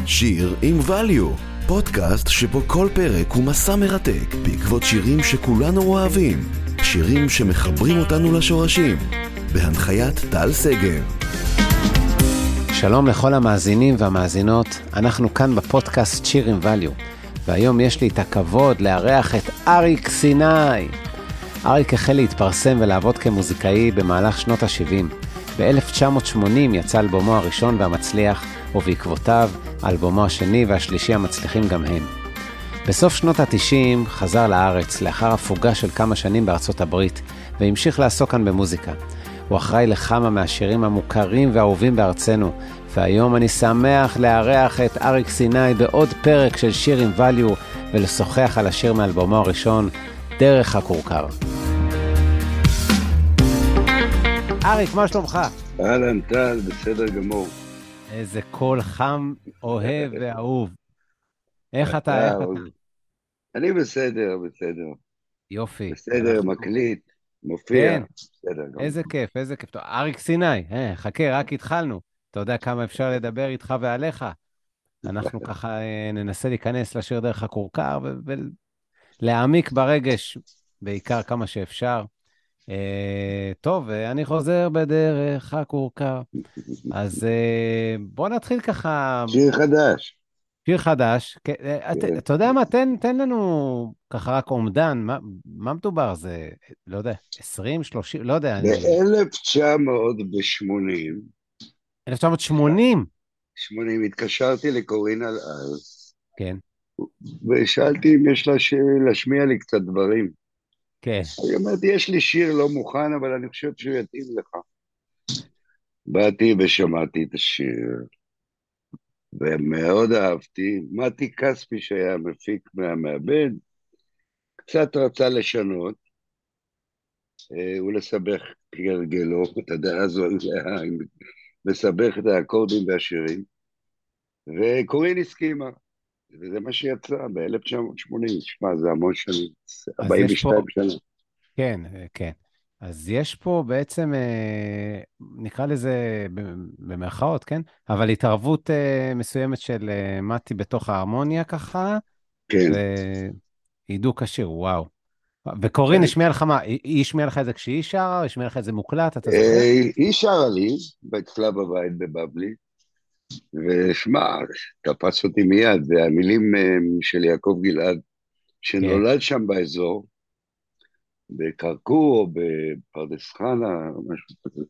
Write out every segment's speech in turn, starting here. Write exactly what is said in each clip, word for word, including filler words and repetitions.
שיר עם value, פודקאסט שבו כל פרק הוא מסע מרתק בעקבות שירים שכולנו אוהבים, שירים שמחברים אותנו לשורשים, בהנחיית טל סגר. שלום לכל המאזינים והמאזינות, אנחנו כאן בפודקאסט שיר עם value, והיום יש לי את הכבוד לארח את אריק סיני. אריק החל להתפרסם ולעבוד כמוזיקאי במהלך שנות ה-שבעים. ב-אלף תשע מאות שמונים יצא אלבומו הראשון והמצליח, ובעקבותיו אלבומו השני והשלישי המצליחים גם הם. בסוף שנות ה-תשעים חזר לארץ לאחר הפוגה של כמה שנים בארצות הברית, והמשיך לעסוק כאן במוזיקה. הוא אחראי לכמה מהשירים המוכרים והאהובים בארצנו, והיום אני שמח לארח את אריק סיני בעוד פרק של שיר עם value, ולשוחח על השיר מאלבומו הראשון, דרך הכורכר. אריק, מה שלומך? אהלן טל, בסדר גמור. איזה קול חם, אוהב ואהוב. איך אתה? איך אתה? אני בסדר, בסדר. יופי. בסדר, מקליט, מופיע. כן. איזה כיף, איזה כיף. טוב, אריק סיני, אה, חכה, רק התחלנו. אתה יודע כמה אפשר לדבר איתך ועליך. אנחנו ככה ננסה להיכנס לשיר דרך הכורכר, ולהעמיק ברגש, בעיקר כמה שאפשר. Uh, טוב, אני חוזר בדרך הכורכר. אז uh, בוא נתחיל ככה. שיר חדש. שיר חדש. כן. אתה, אתה יודע מה, תן, תן לנו ככה רק אומדן, מה, מה מדובר? זה, לא יודע, עשרים, שלושים, לא יודע. ב-אלף תשע מאות שמונים. אלף תשע מאות שמונים? שמונים, התקשרתי לקורין על אז. כן. ושאלתי אם יש לה להשמיע לי קצת דברים. כן. אני אמרתי, יש לי שיר לא מוכן, אבל אני חושב שהוא יתאים לך. באתי ושמעתי את השיר, ומאוד אהבתי. מתי כספי שהיה מפיק מהמעבד, קצת רצה לשנות, ולסבך כהרגלו, אתה יודע, אז הוא היה מסבך את האקורדים והשירים, וקורין הסכימה. וזה מה שיצא ב-אלף תשע מאות שמונים, שמה, זה המון שנים, ארבעים ושתיים שנה. כן, כן. אז יש פה בעצם, נקרא לזה במרכאות, כן? אבל התערבות מסוימת של מתי בתוך ההרמוניה ככה, כן. והידוק השיר, וואו. וקורין, השמיע לך מה? היא השמיע לך את זה כשהיא שרה, או השמיע לך את זה מוקלט, אתה זוכר? היא שרה לי, אצלה בבית בבבלי, ושמע, תפס אותי מיד, זה המילים של יעקב גלעד, שנולד שם באזור, בקרקור או בפרדס חנה, משהו כזה.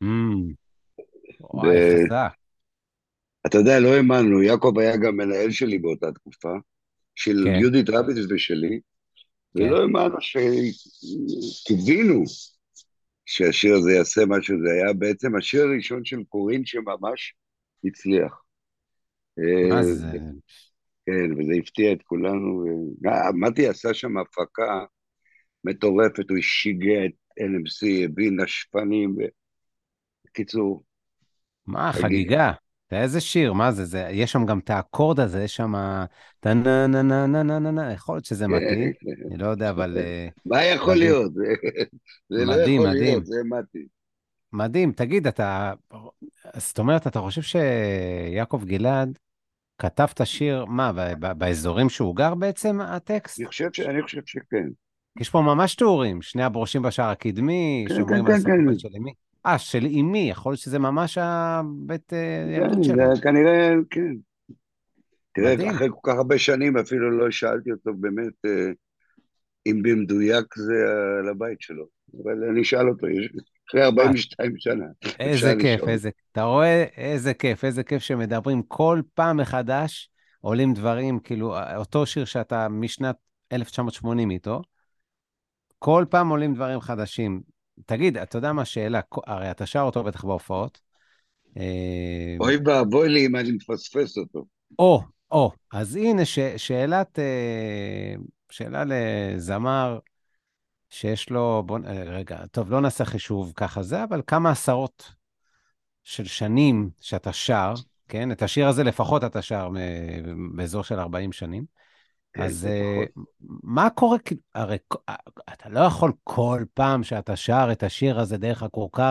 וואי, חזק. אתה יודע, לא האמנו, יעקב היה גם מנהל שלי באותה תקופה, של יהודית רביץ ושלי, ולא האמנו שקיווינו שהשיר הזה יעשה משהו, זה היה בעצם השיר הראשון של קורין שממש הצליח. מה זה? כן, וזה הפתיע את כולנו. מתי עשה שם הפקה מטורפת, הוא שיגע את אל אם סי, הביא נשפנים, בקיצור. מה, חגיגה? איזה שיר, מה זה? זה? יש שם גם את האקורד הזה, יש שם נה נה נה נה נה נה נה, יכול להיות שזה מתי, אני לא יודע, אבל... מה יכול להיות? זה לא יכול להיות, זה מתי. מדהים, תגיד, אתה... זאת אומרת, אתה חושב שיעקב גלעד כתב את השיר, מה, באזורים שהוא גר בעצם, הטקסט? אני חושב ש... אני חושב שכן. יש פה ממש תיאורים, שני הברושים בשער הקדמי, שאומרים על ספר של אמי. אה, של אמי, יכול להיות שזה ממש הבית ילדות שלו. זה כנראה, כן. תראה, אחרי כל כך הרבה שנים, אפילו לא שאלתי אותו באמת, אם במדויק זה על הבית שלו. אבל אני אשאל אותו, אחרי ארבעים ושתיים שנה. איזה כיף, איזה, אתה רואה איזה כיף, איזה כיף שמדברים כל פעם מחדש, עולים דברים, כאילו, אותו שיר שאתה משנת אלף תשע מאות שמונים איתו, כל פעם עולים דברים חדשים. תגיד, אתה יודע מה השאלה? הרי אתה שר אותו בטח בהופעות. אוי ואבוי לי אם אני מפספס אותו. או, או, אז הנה ש, שאלת, שאלה לזמר שיש לו, בוא, רגע, טוב, לא נעשה חישוב ככה זה, אבל כמה עשרות של שנים שאתה שר, כן? את השיר הזה לפחות אתה שר באזור של ארבעים שנים. אז מה קורה? הרי אתה לא יכול כל פעם שאתה שר את השיר הזה דרך הכורכר,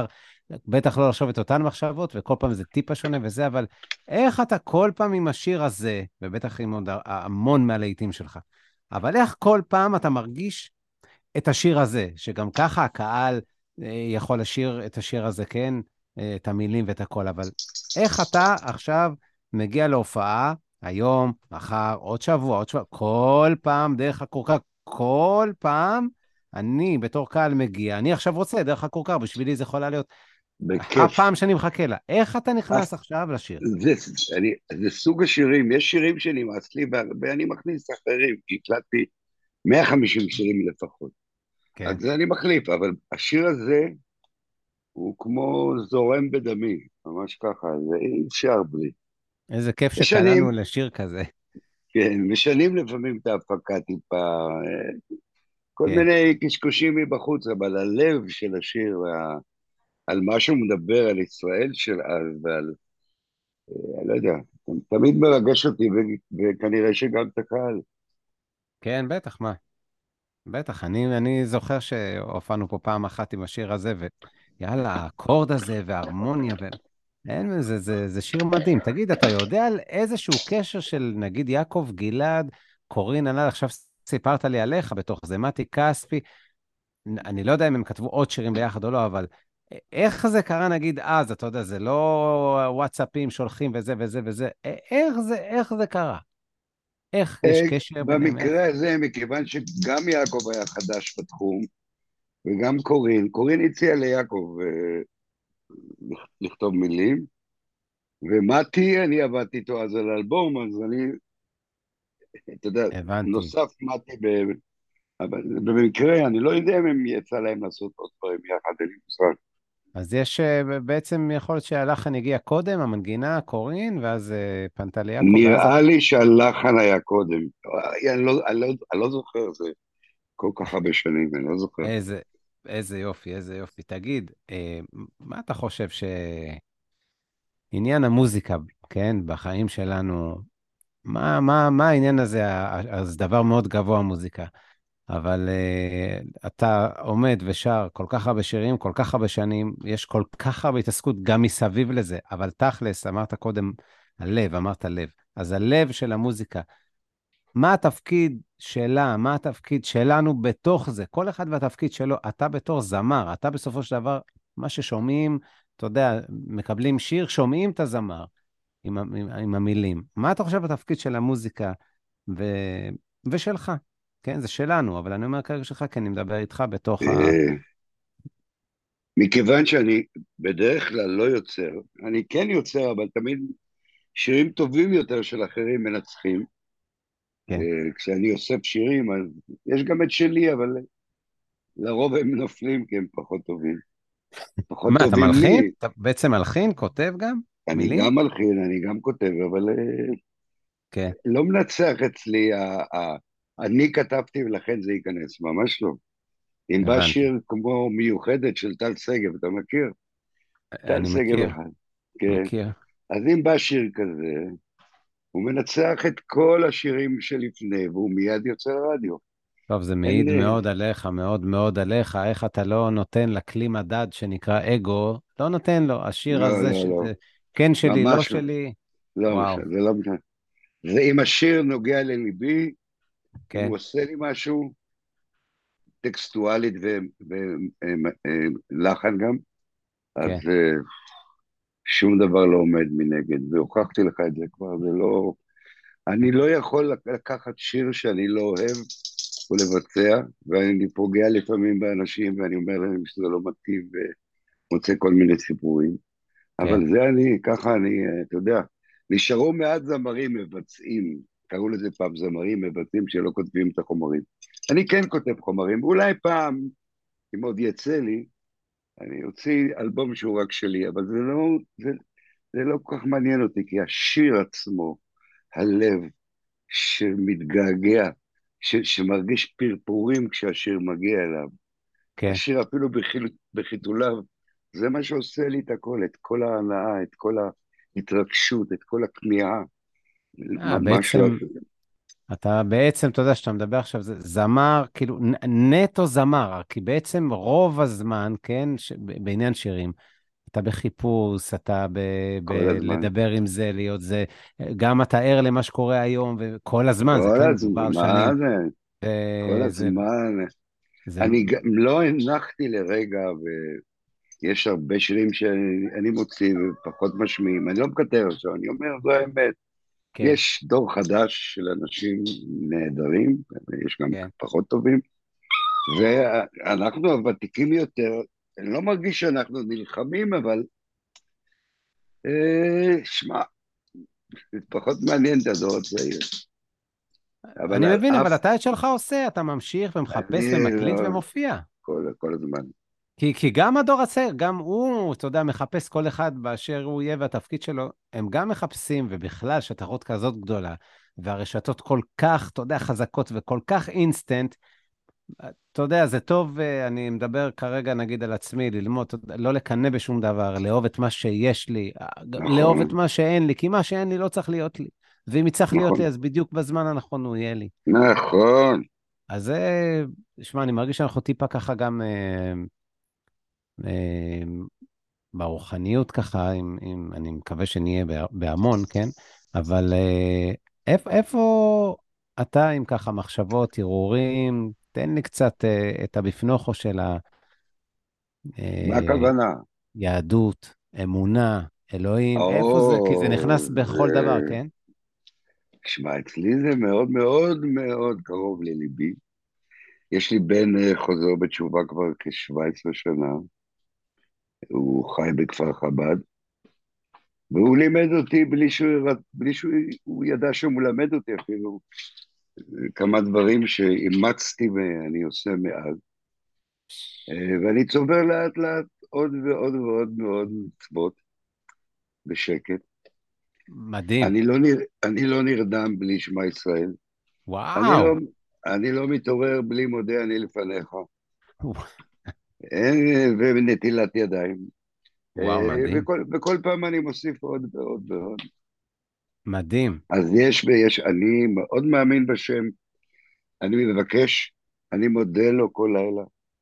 בטח לא לחשוב את אותן מחשבות, וכל פעם זה טיפה שונה וזה, אבל איך אתה כל פעם עם השיר הזה, ובטח עם עוד המון מהלהיטים שלך, אבל איך כל פעם אתה מרגיש את השיר הזה, שגם ככה הקהל אה, יכול לשיר את השיר הזה, כן? אה, את המילים ואת הכל, אבל איך אתה עכשיו מגיע להופעה, היום, מחר, עוד שבוע, עוד שבוע, כל פעם דרך הכורכר, כל פעם אני בתור קהל מגיע, אני עכשיו רוצה דרך הכורכר, בשבילי זה יכולה להיות בכיף. הפעם שאני מחכה לה. איך אתה אה, נכנס עכשיו לשיר? זה, אני, זה סוג השירים, יש שירים שנמאס לי, ואני מכניס אחרים, כי הקלטתי מאה וחמישים שירים לפחות. אז כן. זה אני מחליף, אבל השיר הזה הוא כמו זורם בדמי, ממש ככה, זה אי אפשר בלי. איזה כיף משנים, שקלענו לשיר כזה. כן, משנים לפעמים את ההפקה טיפה, אה, כל כן. מיני קשקושים מבחוץ, אבל הלב של השיר, וה, על מה שהוא מדבר, על ישראל של אז, ועל, אה, אני לא יודע, תמיד מרגש אותי, ו- וכנראה שגם את הקהל. כן, בטח, מה? בטח, אני, אני זוכר שהופענו פה פעם אחת עם השיר הזה, ויאללה, האקורד הזה וההרמוניה, ו... אין, זה, זה, זה שיר מדהים. תגיד, אתה יודע על איזשהו קשר של, נגיד, יעקב גלעד, קורין אלעד, עכשיו סיפרת לי עליך בתוך זה, מתי כספי, אני לא יודע אם הם כתבו עוד שירים ביחד או לא, אבל איך זה קרה, נגיד, אז, אתה יודע, זה לא וואטסאפים שולחים וזה וזה וזה, איך זה, איך זה קרה? איך? יש אה, קשר ביניהם? איך? במקרה הזה, מכיוון שגם יעקב היה חדש בתחום, וגם קורין, קורין הציעה ליעקב אה, לכ- לכתוב מילים, ומתי, אני עבדתי איתו אז על אלבום, אז אני, אתה יודע, הבנתי. נוסף מתי, ב... אבל במקרה, אני לא יודע אם הם יצא להם לעשות עוד דברים יחד, אין לי מושג. אז יש, אה, בעצם יכול להיות שהלחן הגיע קודם, המנגינה, קורין, ואז אה, פנתה ליעקב, ואז נראה לי שהלחן היה קודם. אני לא, אני לא, אני לא זוכר, זה כל כך הרבה שנים, אני לא זוכר. איזה, איזה יופי, איזה יופי. תגיד, אה, מה אתה חושב שעניין המוזיקה, כן, בחיים שלנו, מה, מה, מה העניין הזה? ה- אז דבר מאוד גבוה, המוזיקה. אבל uh, אתה עומד ושר כל כך הרבה שירים, כל כך הרבה שנים, יש כל כך הרבה התעסקות גם מסביב לזה, אבל תכלס, אמרת קודם, הלב, אמרת לב. אז הלב של המוזיקה, מה התפקיד שלה, מה התפקיד שלנו בתוך זה? כל אחד והתפקיד שלו. אתה בתור זמר, אתה בסופו של דבר, מה ששומעים, אתה יודע, מקבלים שיר, שומעים את הזמר עם, עם, עם המילים. מה אתה חושב בתפקיד של המוזיקה ו, ושלך? כן, זה שלנו, אבל אני אומר כרגע שלך, כי אני מדבר איתך בתוך ה... אה, מכיוון שאני בדרך כלל לא יוצר, אני כן יוצר, אבל תמיד שירים טובים יותר של אחרים מנצחים. כן. אה, כשאני אוסף שירים, אז יש גם את שלי, אבל לרוב הם נופלים כי הם פחות טובים. פחות מה, אתה טובים מלחין? לי. אתה בעצם מלחין, כותב גם? אני מילים? גם מלחין, אני גם כותב, אבל אה, כן, לא מנצח אצלי, ה- ה- אני כתבתי ולכן זה ייכנס, ממש לא. אם בא הבנתי. שיר כמו מיוחדת של טל שגב, אתה מכיר? טל אני שגב מכיר, אחד, כן. מכיר. אז אם בא שיר כזה, הוא מנצח את כל השירים שלפני, והוא מיד יוצא לרדיו. טוב, זה אין מעיד לי... מאוד עליך, מאוד מאוד עליך, איך אתה לא נותן לכלי מדד שנקרא אגו, לא נותן לו, השיר לא, הזה לא, לא, שזה כן שלי, לא ממש לא. שלי, לא וואו, משנה, זה לא משנה. זה אם השיר נוגע לליבי, אם כן, הוא עושה לי משהו, טקסטואלית ולחן גם, אז כן. אה, שום דבר לא עומד מנגד, והוכחתי לך את זה כבר, זה לא... אני לא יכול לקחת שיר שאני לא אוהב ולבצע, ואני פוגע לפעמים באנשים, ואני אומר להם שזה לא מתאים, ומוצא כל מיני סיפורים, אבל כן. זה אני, ככה אני, אה, אתה יודע, נשארו מעט זמרים מבצעים, קראו לזה פעם זמרים מבצעים שלא כותבים את החומרים. אני כן כותב חומרים, אולי פעם, אם עוד יצא לי, אני אוציא אלבום שהוא רק שלי, אבל זה לא, זה, זה לא כל כך מעניין אותי, כי השיר עצמו, הלב שמתגעגע, ש, שמרגיש פרפורים כשהשיר מגיע אליו, כן. השיר אפילו בחיל, בחיתוליו, זה מה שעושה לי את הכל, את כל ההנאה, את כל ההתרגשות, את כל הכמיהה, אה, ממש לא. בעצם, אתה בעצם, אתה יודע, שאתה מדבר עכשיו, זה זמר, כאילו, נ- נטו זמר, כי בעצם רוב הזמן, כן, ש... בעניין שירים, אתה בחיפוש, אתה ב, ב, כל הזמן. לדבר עם זה, להיות זה, גם אתה ער למה שקורה היום, וכל הזמן, זה כל כן מדובר הזמן, שנים. כל וזה, הזמן. זה, אני גם לא הנחתי לרגע, ויש הרבה שירים שאני מוציא ופחות משמיעים. אני לא מקטר עכשיו, אני אומר, זו האמת. כן, יש דור חדש של אנשים נהדרים, יש גם כן. פחות טובים, ואנחנו הוותיקים יותר, אני לא מרגיש שאנחנו נלחמים, אבל אה, שמע, זה פחות מעניין את הדור הצעיר. אבל אני על מבין, אבל אף, אתה את שלך עושה, אתה ממשיך ומחפש אני ומקליט לא, ומופיע. כל, כל הזמן. כי, כי גם הדור הצעיר, גם הוא, אתה יודע, מחפש כל אחד באשר הוא יהיה והתפקיד שלו, הם גם מחפשים, ובכלל, שתחרות כזאת גדולה, והרשתות כל כך, אתה יודע, חזקות וכל כך אינסטנט, אתה יודע, זה טוב, אה, אני מדבר כרגע, נגיד, על עצמי, ללמוד, אתה יודע, לא לקנא בשום דבר, לאהוב את מה שיש לי, אה, לאהוב את נכון, מה שאין לי, כי מה שאין לי לא צריך להיות לי. ואם יצטרך להיות נכון, לי, אז בדיוק בזמן הנכון הוא יהיה לי. נכון. אז זה, שמע, אני מרגיש שאנחנו טיפה ככה גם אה, אה, ברוחניות ככה, אם, אם, אני מקווה שנהיה בה- בהמון, כן? אבל אה, איפה, איפה אתה עם ככה מחשבות, הרהורים, תן לי קצת אה, את הבפנוכו של מה הכוונה? היהדות, אמונה, אלוהים, איפה זה? כי זה או, נכנס בכל דבר, זה... כן? שמע, אצלי זה מאוד מאוד מאוד קרוב לליבי. יש לי בן אה, חוזר בתשובה כבר כ-שבע עשרה שנה, הוא חי בכפר חב"ד, והוא לימד אותי בלי שהוא, ירד- בלי שהוא הוא ידע שהוא מלמד אותי אפילו כמה דברים שאימצתי ואני עושה מאז. אה, ואני צובר לאט לאט עוד ועוד ועוד ועוד מצוות בשקט. מדהים. אני לא, נר, אני לא נרדם בלי שמע ישראל. אני וואו. לא, אני לא מתעורר בלי מודה אני לפניך. אין, ונטילת ידיים. וואו, אה, מדהים. וכל, וכל פעם אני מוסיף עוד ועוד ועוד. מדהים. אז יש ויש, אני מאוד מאמין בשם, אני מבקש, אני מודה לו כל לילה,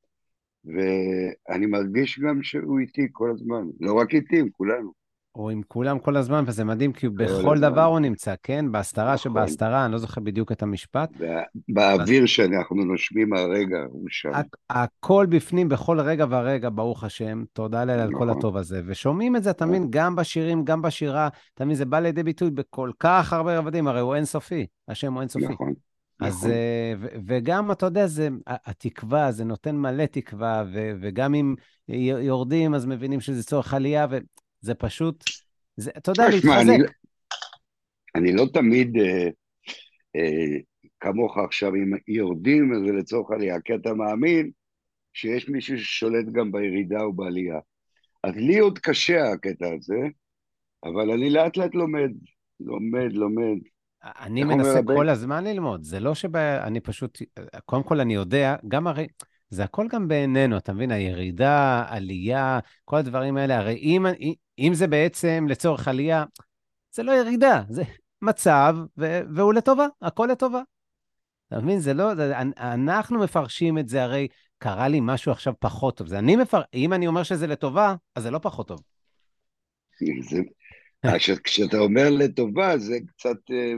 ואני מרגיש גם שהוא איתי כל הזמן, לא רק איתי, עם כולנו, הוא עם כולם כל הזמן, וזה מדהים, כי כל בכל דבר הזמן, הוא נמצא, כן? בהסתרה נכון. שבהסתרה, אני לא זוכר בדיוק את המשפט. בס- באוויר שאנחנו נושמים הרגע, הוא שם, הכ- הכל בפנים, בכל רגע ורגע, ברוך השם, תודה לאל על כל נכון, הטוב הזה. ושומעים את זה, אתה מבין, גם בשירים, גם בשירה, אתה מבין, זה בא לידי ביטוי בכל כך הרבה רבדים, הרי הוא אינסופי, השם הוא אינסופי. נכון, אז, נכון. אה, ו- וגם, אתה יודע, זה, ה- התקווה, זה נותן מלא תקווה, ו- וגם אם י- יורדים, אז מבינים שזה צורך עלייה, וזה פשוט, זה, אתה יודע, תשמע, אני, להתחזק. אני לא תמיד אה, אה, כמוך עכשיו, אם יורדים, אז זה לצורך עלייה, כי אתה מאמין שיש מישהו ששולט גם בירידה ובעלייה. אז לי עוד קשה הקטע הזה, אבל אני לאט לאט לומד, לומד, לומד. אני איך אומר מנסה הבן? כל הזמן ללמוד, זה לא שאני פשוט, קודם כל אני יודע, גם הרי, זה הכל גם בעינינו, אתה מבין? הירידה, עלייה, כל הדברים האלה, הרי אם, אם זה בעצם לצורך עלייה, זה לא ירידה, זה מצב, ו- והוא לטובה, הכל לטובה. אתה מבין? זה לא, זה, אנחנו מפרשים את זה, הרי קרה לי משהו עכשיו פחות טוב. זה אני מפר... אם אני אומר שזה לטובה, אז זה לא פחות טוב. זה, עכשיו, כשאתה אומר לטובה, זה קצת אה,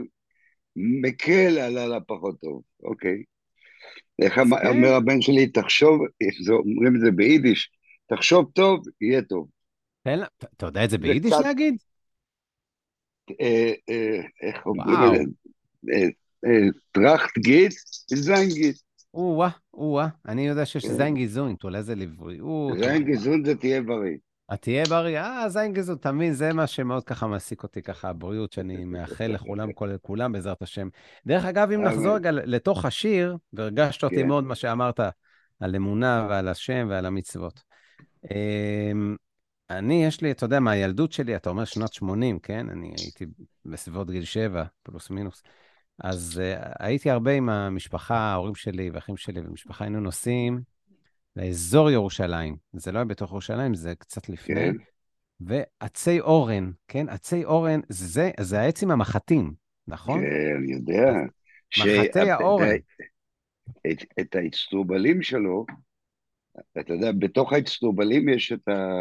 מקל על על הפחות טוב, אוקיי. איך אז אמ- אומר כן, הבן שלי, תחשוב, זה, אומרים את זה ביידיש, תחשוב טוב, יהיה טוב. תן לה- אתה אתה יודע את זה זה ביידיש קצת, להגיד? אה, אה, איך אומרים את וואו. זה? אה, אה, טראכט גיט, זיין גיט. או-אה, או-אה, אני יודע שיש זין כן. גזעון, תולה זה לבריאות, זיין וואו. גזון זה תהיה בריא. את תהיה בריא, אה, זין גזעון, תמיד זה מה שמאוד ככה מעסיק אותי, ככה הבריאות, שאני מאחל לכולם, כל- לכולם בעזרת השם. דרך אגב, אם נחזור אמן. רגע לתוך השיר, והרגשת אותי כן, מאוד מה שאמרת על אמונה ועל השם ועל המצוות. אמ, אני, יש לי, אתה יודע, מהילדות שלי, אתה אומר שנת שמונים, כן? אני הייתי בסביבות גיל שבע, פלוס מינוס. אז uh, הייתי הרבה עם המשפחה, ההורים שלי ואחים שלי, ומשפחה היינו נוסעים לאזור ירושלים. זה לא היה בתוך ירושלים, זה קצת לפני. כן, ועצי אורן, כן? עצי אורן, זה, זה העץ עם המחטים, נכון? כן, אני יודע. אז שאת מחטי האורן. את, את האצטרובלים שלו, אתה יודע, בתוך האצטרובלים יש את, ה,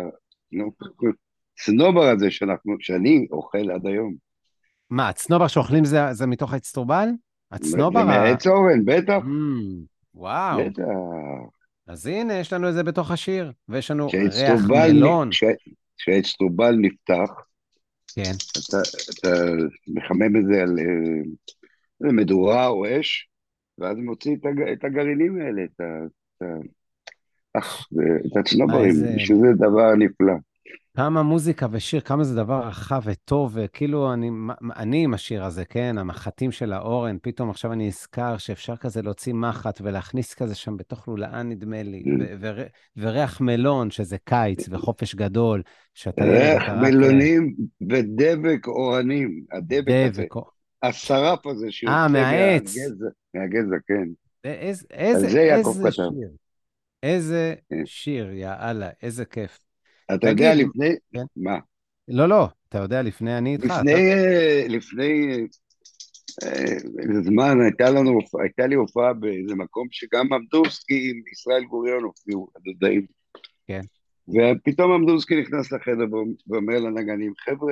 נו, צנובר הזה שאנחנו, שאני אוכל עד היום. מה, הצנובר שאוכלים זה, זה מתוך האצטרובל? זה הצנובר ה... מעץ אורן, בטח, Mm, וואו. בטח. אז הנה, יש לנו את זה בתוך השיר, ויש לנו ריח כשהאצטרובל, מלון. כש- כשהאצטרובל נפתח, כן. אתה, אתה מחמם את זה על אה, זה מדורה או אש, ואז מוציא את, הג, את הגרעינים האלה, את, ה, את, ה, אך, זה- את מה, הצנוברים, איזה... בשביל זה דבר נפלא. כמה מוזיקה ושיר, כמה זה דבר רחב וטוב, וכאילו אני, אני עם השיר הזה, כן, המחטים של האורן, פתאום עכשיו אני נזכר שאפשר כזה להוציא מחט ולהכניס כזה שם בתוך לולאה, נדמה לי, ו- ו- וריח מלון, שזה קיץ וחופש גדול, שאתה ילד, ריח אתה רק אה, מלונים ודבק אורנים, הדבק הזה, דבק. השרף הזה אה, שיוצא מהעץ. מהגזע, מהגזע, כן. איזה, על איזה, זה יעקב איזה כתב. שיר, איזה כן. שיר, יאללה, איזה כיף. אתה יודע תגיד, לפני, כן? מה? לא, לא, אתה יודע, לפני אני איתך, אתה... לפני, אה, לפני אה, איזה זמן הייתה לנו, הייתה לי הופעה באיזה מקום שגם אמדורסקי עם ישראל גוריון הופיעו, הדודאים. כן. ופתאום אמדורסקי נכנס לחדר ואומר לנגנים, חבר'ה,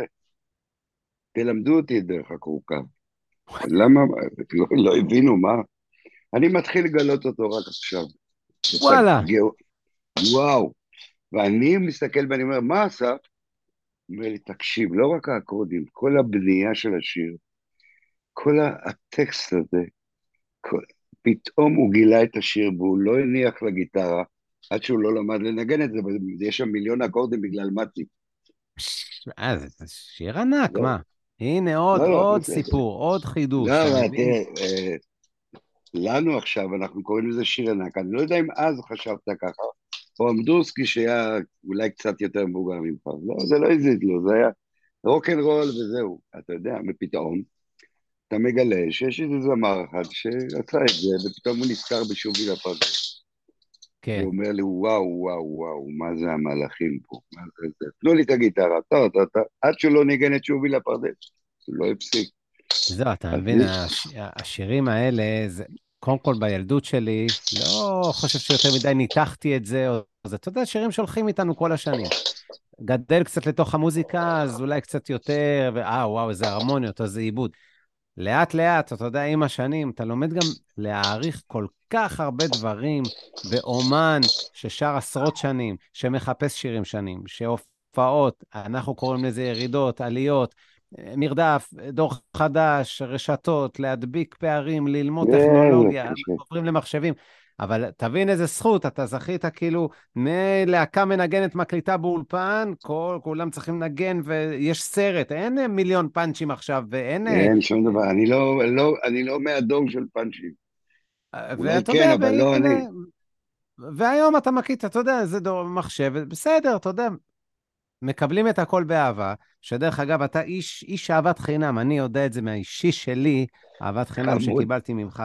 תלמדו אותי את דרך הכורכב. למה? לא, לא הבינו מה. אני מתחיל לגלות אותו רק עכשיו. וואלה. גאו- וואו. ואני מסתכל ואני אומר, מה עשה? הוא אומר לי, תקשיב, לא רק האקורדים, כל הבנייה של השיר, כל הטקסט הזה, כל... פתאום הוא גילה את השיר והוא לא הניח לגיטרה עד שהוא לא למד לנגן את זה, ויש שם מיליון אקורדים בגלל מתי. אה, זה זה שיר ענק, לא, מה? הנה עוד, לא, לא, עוד בסדר. סיפור, עוד לא, חידוש, אתה אבל מבין? תראה, אה, לנו עכשיו, אנחנו קוראים לזה שיר ענק, אני לא יודע אם אז חשבת ככה, או אמדורסקי שהיה אולי קצת יותר מבוגר ממך, לא, זה לא הזיז לו, זה היה רוקנרול וזהו, אתה יודע, ופתאום אתה מגלה שיש איזה זמר אחד שעשה את זה, ופתאום הוא נזכר בשובי לפרדס. כן. הוא אומר לי, וואו, וואו, וואו, מה זה המהלכים פה? מה זה זה? תנו לי את הגיטרה, טה, טה, טה, עד שהוא לא ניגן את שובי לפרדס, הוא לא הפסיק. זהו, אתה אז מבין, הש... השירים האלה, זה... קודם כל בילדות שלי, לא חושב שיותר מדי ניתחתי את זה, או... אז אתה יודע, שירים שהולכים איתנו כל השנים. גדל קצת לתוך המוזיקה, אז אולי קצת יותר, ואה, וואו, איזה הרמוניות, איזה עיבוד. לאט לאט, אתה יודע, עם השנים, אתה לומד גם להעריך כל כך הרבה דברים, ואומן ששר עשרות שנים, שמחפש שירים שנים, שהופעות, אנחנו קוראים לזה ירידות, עליות, מרדף, דור חדש, רשתות, להדביק פערים, ללמוד איזה טכנולוגיה, אנחנו קשה. עוברים למחשבים, אבל תבין איזה זכות, אתה זכית כאילו מלהקה מנגנת מקליטה באולפן, כל, כולם צריכים לנגן ויש סרט, אין מיליון פאנצ'ים עכשיו, ואין... אין שום דבר, אני לא, לא, אני לא מהדור של פאנצ'ים. אולי ואתה כן, יודע, אבל לא והנה, אני. והיום אתה מקליט, אתה יודע, זה דור מחשב, בסדר, אתה יודע, מקבלים את הכל באהבה, שדרך אגב, אתה איש, איש אהבת חינם, אני יודע את זה מהאישי שלי, אהבת חינם חמוד. שקיבלתי ממך.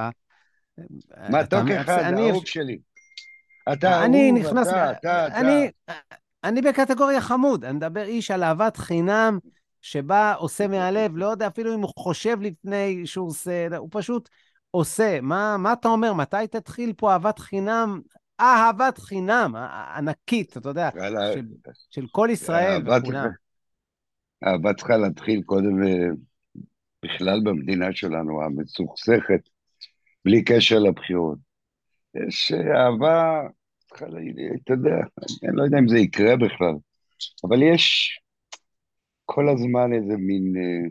אתה, מתוק אחד, אני, אהוב שלי. אתה אני אהוב, נכנס, אתה, אתה, אתה. אני, אני בקטגוריה חמוד, אני מדבר איש על אהבת חינם, שבא, עושה מהלב, לא יודע אפילו אם הוא חושב לפני שהוא עושה, הוא פשוט עושה. מה, מה אתה אומר? מתי תתחיל פה אהבת חינם? אהבת חינם, ענקית, אתה יודע, וואלה, של, של כל ישראל אהבה צריכה, וכולם. אהבה צריכה להתחיל קודם אה, בכלל במדינה שלנו, המסוכסכת, בלי קשר לבחירות. יש אה, אהבה, צריכה, ל- אתה יודע, אני לא יודע אם זה יקרה בכלל, אבל יש כל הזמן איזה מין אה,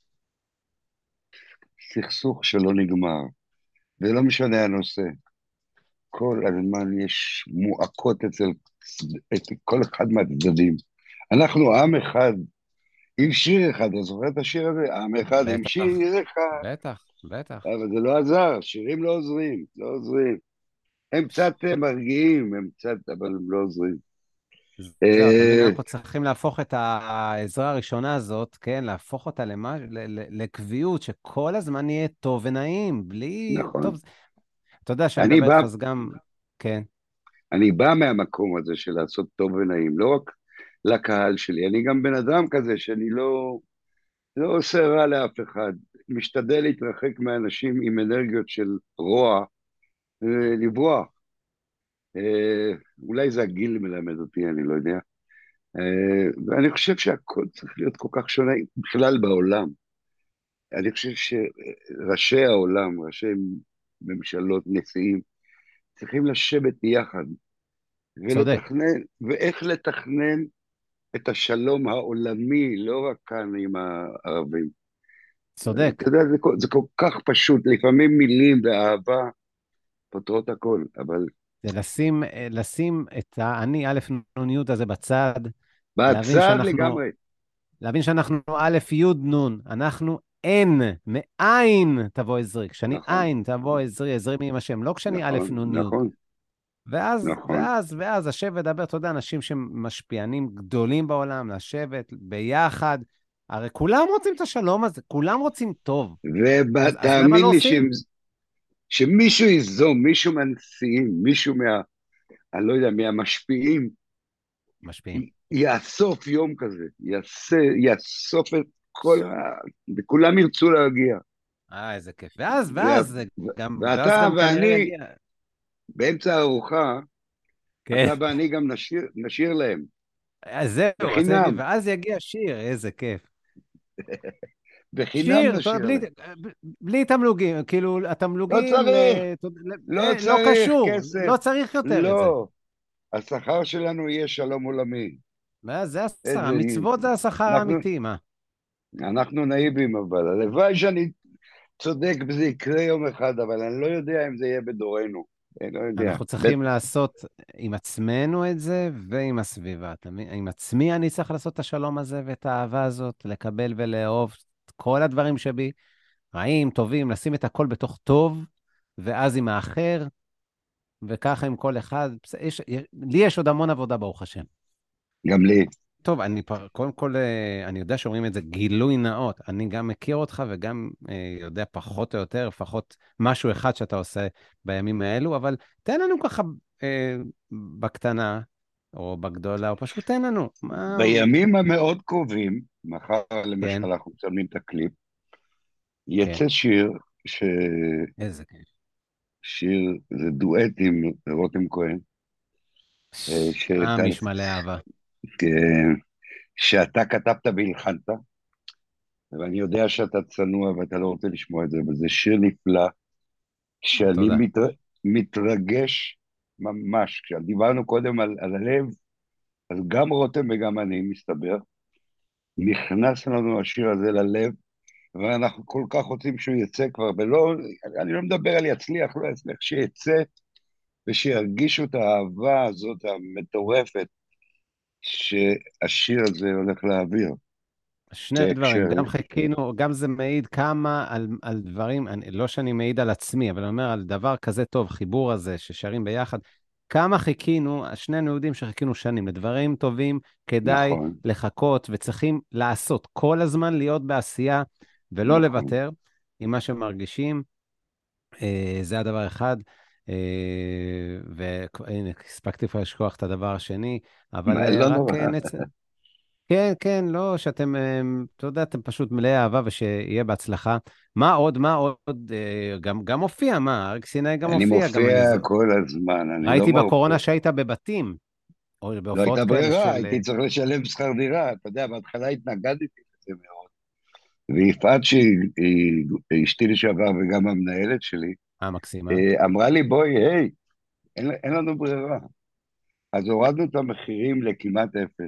סכסוך שלא נגמר, ולא משנה הנושא. כל הזמן יש מועקות אצל את כל אחד מהצדדים. אנחנו עם אחד, עם שיר אחד, אתה זוכר את השיר הזה? עם אחד עם בטח, שיר אחד. בטח, בטח. אבל זה לא עזר, שירים לא עוזרים, לא עוזרים. הם קצת אה, מרגיעים, הם קצת, אבל הם לא עוזרים. זהו, אתה מבין, אה, אנחנו צריכים להפוך את העזרה הראשונה הזאת, כן, להפוך אותה למה, ל- ל- לקביעות, שכל הזמן יהיה טוב ונעים, בלי... נכון. טוב, אתה יודע שאני אני מדבר בא, איתך, אז גם... כן, אני בא מהמקום הזה של לעשות טוב ונעים, לא רק לקהל שלי, אני גם בן אדם כזה שאני לא, לא עושה רע לאף אחד, משתדל להתרחק מאנשים עם אנרגיות של רוע, אה, לברוח. אה, אולי זה הגיל מלמד אותי, אני לא יודע, אה, ואני חושב שהכל צריך להיות כל כך שונה בכלל בעולם. אני חושב שראשי העולם, ראשי ממשלות, נשיאים, צריכים לשבת יחד צודק, ולתכנן, ואיך לתכנן את השלום העולמי, לא רק כאן עם הערבים. צודק. אתה יודע, זה, כל- זה כל כך פשוט, לפעמים מילים ואהבה פותרות הכל, אבל זה לשים, אה, לשים את האני א' נוניות הזה בצד, להבין בצד שאנחנו, לגמרי. להבין שאנחנו א' י' נון, אנחנו אין, מאין תבוא עזרי. כשאני נכון, אין תבוא עזרי, עזרי מי עם השם, לא כשאני א' נכון, נון י'. נכון, ואז, נכון. ואז, ואז, השב ודבר, אתה יודע, אנשים שמשפיענים גדולים בעולם, לשבת ביחד, הרי כולם רוצים את השלום הזה, כולם רוצים טוב. אז, אז למה לא ותאמין לי ש... עושים? שמישהו ייזום, מישהו מהנשיאים, מישהו מה... אני לא יודע, מהמשפיעים, משפיעים. י- יאסוף יום כזה, יעשה, יאסוף את כל ה... וכולם ירצו להגיע. אה, איזה כיף. ואז, ו... ואז גם, ואז ואתה גם כנראה ואני, יגיע. באמצע הארוחה, כן. אתה ואני גם נשיר, נשיר להם, אז זהו, אז יגיע, בחינם, ואז יגיע שיר, איזה כיף. בחינם שיר, טוב, נשיר בלי, להם. בלי תמלוגים, כאילו, לא התמלוגים, ל, צריך, ל, לא אה, לא צריך קשור, כסף, לא צריך יותר את זה. לא. השכר שלנו יהיה שלום עולמי. מה, זה השכר, איזה... המצוות זה השכר אנחנו, האמיתי, מה? אנחנו נאיבים אבל, הלוואי שאני צודק וזה יקרה יום אחד, אבל אני לא יודע אם זה יהיה בדורנו. אני לא יודע. אנחנו בית... צריכים לעשות עם עצמנו את זה ועם הסביבה. אתה מבין? עם עצמי אני צריך לעשות את השלום הזה ואת האהבה הזאת, לקבל ולאהוב את כל הדברים שבי, רעים, טובים, לשים את הכל בתוך טוב, ואז עם האחר, וככה עם כל אחד. בס- יש, יש, לי יש עוד המון עבודה, ברוך השם. גם לי. טוב, אני פר... קודם כל, אה, אני יודע שאומרים את זה גילוי נאות. אני גם מכיר אותך וגם אה, יודע פחות או יותר, לפחות משהו אחד שאתה עושה בימים האלו, אבל תן לנו ככה אה, בקטנה או בגדולה, או פשוט תן לנו. מה... בימים המאוד קרובים, מחר כן, למשל אנחנו מצלמים את הקליפ, כן, יצא שיר, ש... איזה כיף. שיר, זה דואט עם רותם כהן, אה, אה, שאתה, משמע לאהבה. אה, שאתה כתבת והלחנת, ואני יודע שאתה צנוע ואתה לא רוצה לשמוע את זה, אבל זה שיר נפלא, שאני תודה. מתר... מתרגש ממש. כשדיברנו קודם על, על הלב, אז גם רותם וגם אני, מסתבר, נכנס לנו השיר הזה ללב, ואנחנו כל כך רוצים שהוא יצא כבר, ולא, אני לא מדבר על יצליח, לא יצליח, שיצא, ושירגישו את האהבה הזאת המטורפת, שהשיר הזה הולך להעביר. שני דברים, בהקשר, גם חיכינו, גם זה מעיד כמה על, על דברים, אני, לא שאני מעיד על עצמי, אבל אני אומר על דבר כזה טוב, חיבור הזה ששרים ביחד, כמה חיכינו, שנינו יודעים שחיכינו שנים, לדברים טובים כדאי נכון, לחכות וצריכים לעשות, כל הזמן להיות בעשייה ולא נכון. לוותר עם מה שמרגישים, אה, זה הדבר אחד. אה, והנה, הספקתי כבר לשכוח את הדבר השני, אבל מה, אה, לא רק נורא. אה, נצ... כן, כן, לא, שאתם, אמ, אתה יודע, אתם פשוט מלאי אהבה ושיהיה בהצלחה. מה עוד, מה עוד, אה, גם, גם הופיע, מה, אריק סיני גם אני הופיע, גם אני מופיע זו... כל הזמן, אני לא ראיתי מרפה. בקורונה שהיית בבתים, או לא בהופעות הייתה כאלה ברירה, של... אה, הייתי צריך לשלם שכר דירה. אתה יודע, בהתחלה התנגדתי לזה מאוד. ויפעת, שהיא אשתי לשעבר וגם המנהלת שלי, אה, מקסימה. אה, אמרה לי, בואי, היי, אין, אין לנו ברירה. אז הורדנו את המחירים לכמעט אפס.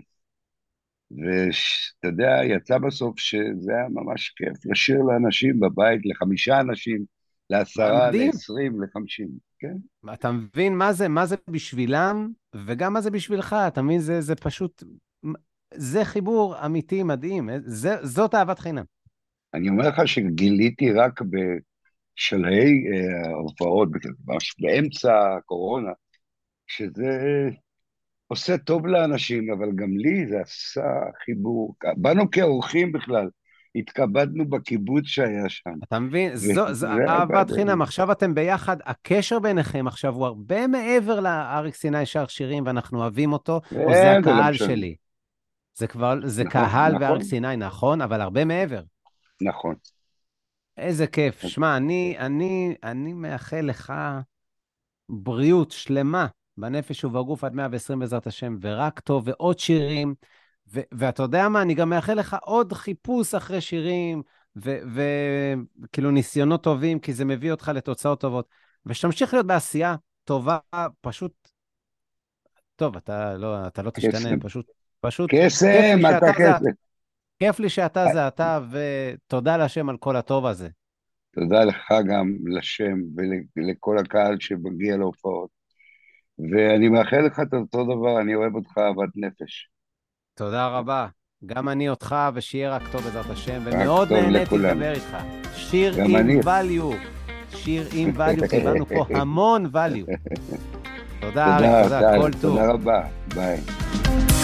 ואתה יודע, יצא בסוף שזה היה ממש כיף לשיר לאנשים בבית, לחמישה אנשים, מה, לעשרה, מדהים. לעשרים, לחמישים, כן? אתה מבין מה זה, מה זה בשבילם, וגם מה זה בשבילך, אתה מבין, זה, זה פשוט, זה חיבור אמיתי מדהים, זה, זאת אהבת חינם. אני אומר לך שגיליתי רק בשלהי אה, ההופעות, ממש באמצע הקורונה, שזה עושה טוב לאנשים, אבל גם לי זה עשה חיבור. באנו כאורחים בכלל, התכבדנו בקיבוץ שהיה שם, אתה מבין? זו, זו וזה אהבת עבד חינם. לנו. עכשיו אתם ביחד, הקשר ביניכם עכשיו הוא הרבה מעבר לאריק סיני שר שירים, ואנחנו אוהבים אותו, או זה אין, זה לא הקהל משנה. שלי. זה כבר, זה נכון, קהל ואריק נכון, סיני, נכון? אבל הרבה מעבר. נכון. איזה כיף. שמע, אני, אני, אני מאחל לך בריאות שלמה, בנפש ובגוף עד מאה ועשרים בעזרת השם, ורק טוב, ועוד שירים, ו- ואתה יודע מה, אני גם מאחל לך עוד חיפוש אחרי שירים, וכאילו ניסיונות טובים, כי זה מביא אותך לתוצאות טובות, ושתמשיך להיות בעשייה טובה, פשוט, טוב, אתה לא, אתה לא תשתנה, פשוט, פשוט, קסם, אתה קסם. כיף לי שאתה זה אתה, ותודה לשם על כל הטוב הזה. תודה לך גם לשם ולכל הקהל שמגיע להופעות. ואני מאחל לך את אותו דבר, אני אוהב אותך אהבת נפש. תודה רבה. גם אני אותך, ושיהיה רק טוב בעזרת השם, ומאוד נהניתי לדבר איתך. שיר עם value. שיר עם value, קיבלנו פה המון value. תודה, אריק, תודה, כל טוב. תודה רבה, ביי.